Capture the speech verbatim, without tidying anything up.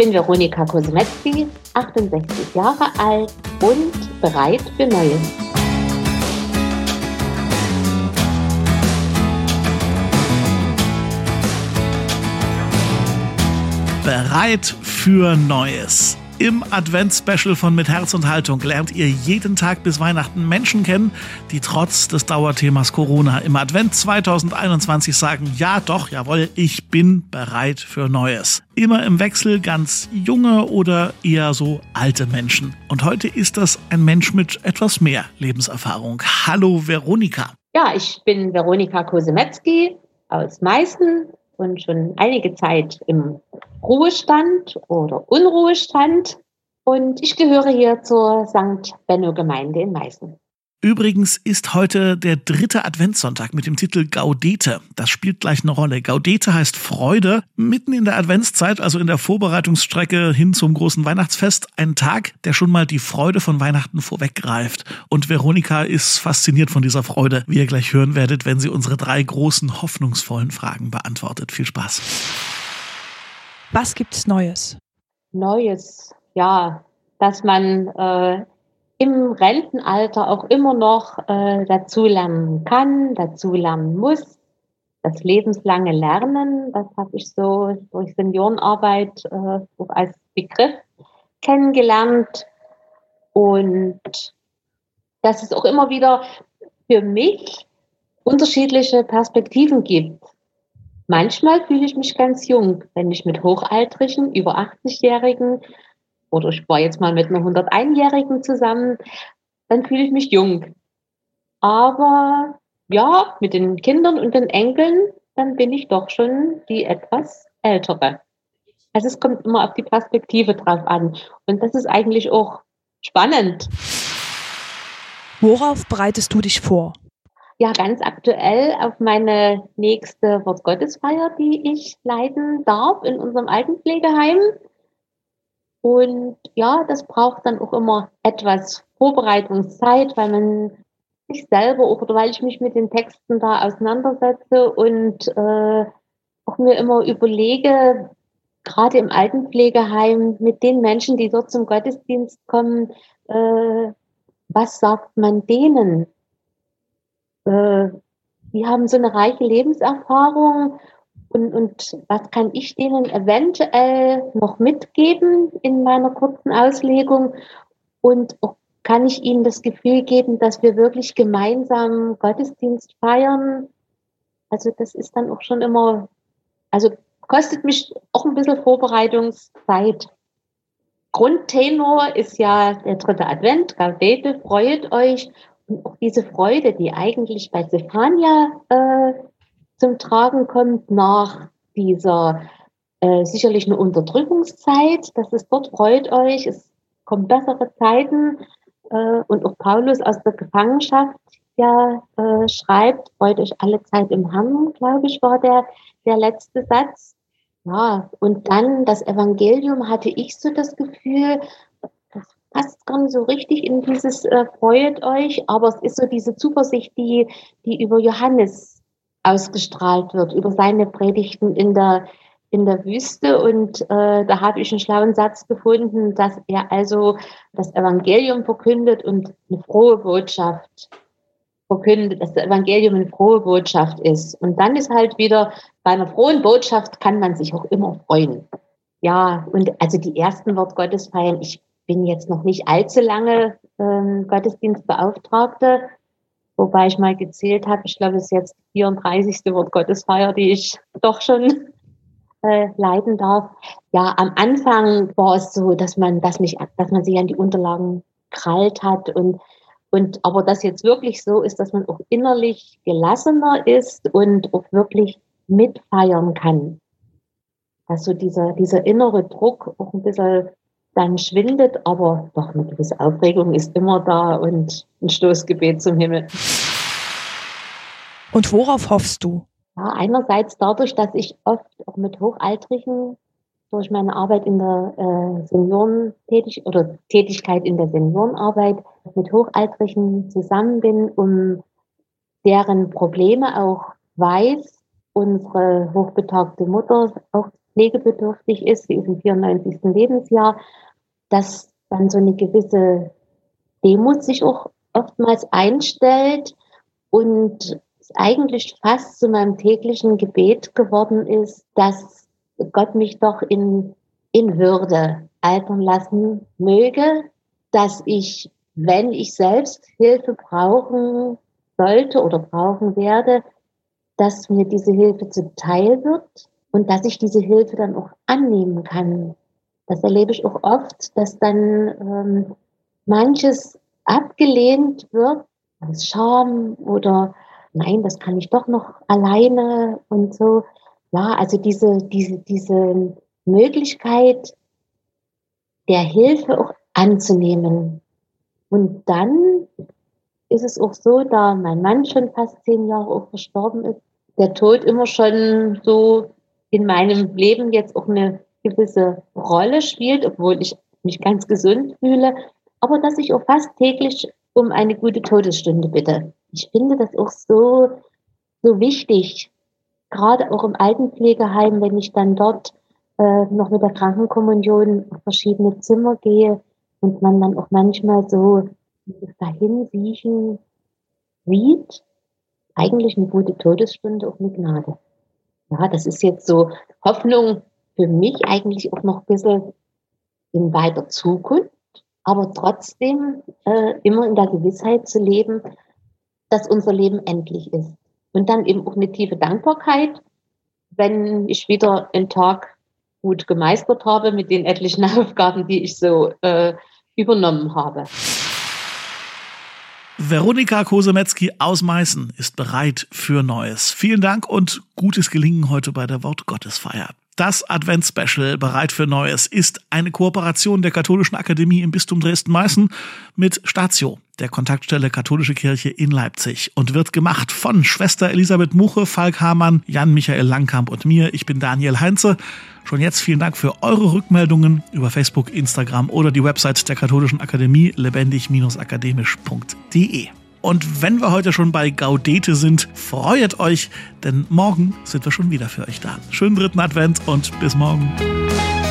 bin Veronika Kosemetzky, achtundsechzig Jahre alt und bereit für Neues. Bereit für Neues. Im Advents-Special von Mit Herz und Haltung lernt ihr jeden Tag bis Weihnachten Menschen kennen, die trotz des Dauerthemas Corona im Advent zwanzig einundzwanzig sagen, ja doch, jawohl, ich bin bereit für Neues. Immer im Wechsel ganz junge oder eher so alte Menschen. Und heute ist das ein Mensch mit etwas mehr Lebenserfahrung. Hallo Veronika. Ja, ich bin Veronika Kosemetzky aus Meißen und schon einige Zeit im Ruhestand oder Unruhestand und ich gehöre hier zur Sankt Benno Gemeinde in Meißen. Übrigens ist heute der dritte Adventssonntag mit dem Titel Gaudete. Das spielt gleich eine Rolle. Gaudete heißt Freude. Mitten in der Adventszeit, also in der Vorbereitungsstrecke hin zum großen Weihnachtsfest, ein Tag, der schon mal die Freude von Weihnachten vorweggreift. Und Veronika ist fasziniert von dieser Freude, wie ihr gleich hören werdet, wenn sie unsere drei großen, hoffnungsvollen Fragen beantwortet. Viel Spaß. Was gibt's Neues? Neues, ja, dass man äh, im Rentenalter auch immer noch äh, dazulernen kann, dazulernen muss. Das lebenslange Lernen, das habe ich so durch Seniorenarbeit äh, auch als Begriff kennengelernt. Und dass es auch immer wieder für mich unterschiedliche Perspektiven gibt. Manchmal fühle ich mich ganz jung, wenn ich mit Hochaltrigen, über achtzig-Jährigen oder ich war jetzt mal mit einer hunderteinjährigen zusammen, dann fühle ich mich jung. Aber ja, mit den Kindern und den Enkeln, dann bin ich doch schon die etwas Ältere. Also es kommt immer auf die Perspektive drauf an. Und das ist eigentlich auch spannend. Worauf bereitest du dich vor? Ja, ganz aktuell auf meine nächste Wortgottesfeier, die ich leiten darf in unserem Altenpflegeheim. Und ja, das braucht dann auch immer etwas Vorbereitungszeit, weil man sich selber auch, oder weil ich mich mit den Texten da auseinandersetze und äh, auch mir immer überlege, gerade im Altenpflegeheim mit den Menschen, die dort zum Gottesdienst kommen, äh, was sagt man denen? Äh, die haben so eine reiche Lebenserfahrung. Und, und was kann ich denen eventuell noch mitgeben in meiner kurzen Auslegung? Und auch kann ich ihnen das Gefühl geben, dass wir wirklich gemeinsam Gottesdienst feiern? Also das ist dann auch schon immer, also kostet mich auch ein bisschen Vorbereitungszeit. Grundtenor ist ja der dritte Advent, Gaudete, freut euch. Und auch diese Freude, die eigentlich bei Zephania äh, zum Tragen kommt nach dieser äh, sicherlich eine Unterdrückungszeit, dass es dort freut euch, es kommen bessere Zeiten äh, und auch Paulus aus der Gefangenschaft ja äh, schreibt, freut euch alle Zeit im Herrn, glaube ich, war der, der letzte Satz. Ja, und dann das Evangelium hatte ich so das Gefühl, das passt gar nicht so richtig in dieses äh, freut euch, aber es ist so diese Zuversicht, die, die über Johannes ausgestrahlt wird, über seine Predigten in der, in der Wüste. Und äh, da habe ich einen schlauen Satz gefunden, dass er also das Evangelium verkündet und eine frohe Botschaft verkündet, dass das Evangelium eine frohe Botschaft ist. Und dann ist halt wieder, bei einer frohen Botschaft kann man sich auch immer freuen. Ja, und also die ersten Wortgottesfeiern, ich bin jetzt noch nicht allzu lange ähm, Gottesdienstbeauftragte, wobei ich mal gezählt habe, ich glaube, es ist jetzt die vierunddreißigste Wortgottesfeier, die ich doch schon äh, leiten darf. Ja, am Anfang war es so, dass man, dass mich, dass man sich an die Unterlagen krallt hat und und aber das jetzt wirklich so ist, dass man auch innerlich gelassener ist und auch wirklich mitfeiern kann. Dass so dieser dieser innere Druck auch ein bisschen dann schwindet, aber doch eine gewisse Aufregung ist immer da und ein Stoßgebet zum Himmel. Und worauf hoffst du? Ja, einerseits dadurch, dass ich oft auch mit Hochaltrigen durch meine Arbeit in der äh, Seniorentätig oder Tätigkeit in der Seniorenarbeit mit Hochaltrigen zusammen bin, um deren Probleme auch weiß, unsere hochbetagte Mutter auch pflegebedürftig ist, sie ist im vierundneunzigsten Lebensjahr, dass dann so eine gewisse Demut sich auch oftmals einstellt und es eigentlich fast zu meinem täglichen Gebet geworden ist, dass Gott mich doch in, in Würde altern lassen möge, dass ich, wenn ich selbst Hilfe brauchen sollte oder brauchen werde, dass mir diese Hilfe zuteil wird und dass ich diese Hilfe dann auch annehmen kann. Das erlebe ich auch oft, dass dann ähm, manches abgelehnt wird, aus Scham oder nein, das kann ich doch noch alleine und so. Ja, also diese, diese, diese Möglichkeit der Hilfe auch anzunehmen. Und dann ist es auch so, da mein Mann schon fast zehn Jahre auch verstorben ist, der Tod immer schon so in meinem Leben jetzt auch eine gewisse Rolle spielt, obwohl ich mich ganz gesund fühle, aber dass ich auch fast täglich um eine gute Todesstunde bitte. Ich finde das auch so, so wichtig, gerade auch im Altenpflegeheim, wenn ich dann dort äh, noch mit der Krankenkommunion auf verschiedene Zimmer gehe und man dann auch manchmal so dahin siechen sieht, eigentlich eine gute Todesstunde auch eine Gnade. Ja, das ist jetzt so Hoffnung für mich eigentlich auch noch ein bisschen in weiter Zukunft, aber trotzdem äh, immer in der Gewissheit zu leben, dass unser Leben endlich ist. Und dann eben auch eine tiefe Dankbarkeit, wenn ich wieder einen Tag gut gemeistert habe mit den etlichen Aufgaben, die ich so äh, übernommen habe. Veronika Kosemetzky aus Meißen ist bereit für Neues. Vielen Dank und gutes Gelingen heute bei der Wortgottesfeier. Das Advents-Special Bereit für Neues ist eine Kooperation der Katholischen Akademie im Bistum Dresden-Meißen mit Statio, der Kontaktstelle Katholische Kirche in Leipzig, und wird gemacht von Schwester Elisabeth Muche, Falk Hamann, Jan-Michael Langkamp und mir. Ich bin Daniel Heinze. Schon jetzt vielen Dank für eure Rückmeldungen über Facebook, Instagram oder die Website der Katholischen Akademie lebendig akademisch punkt de. Und wenn wir heute schon bei Gaudete sind, freut euch, denn morgen sind wir schon wieder für euch da. Schönen dritten Advent und bis morgen.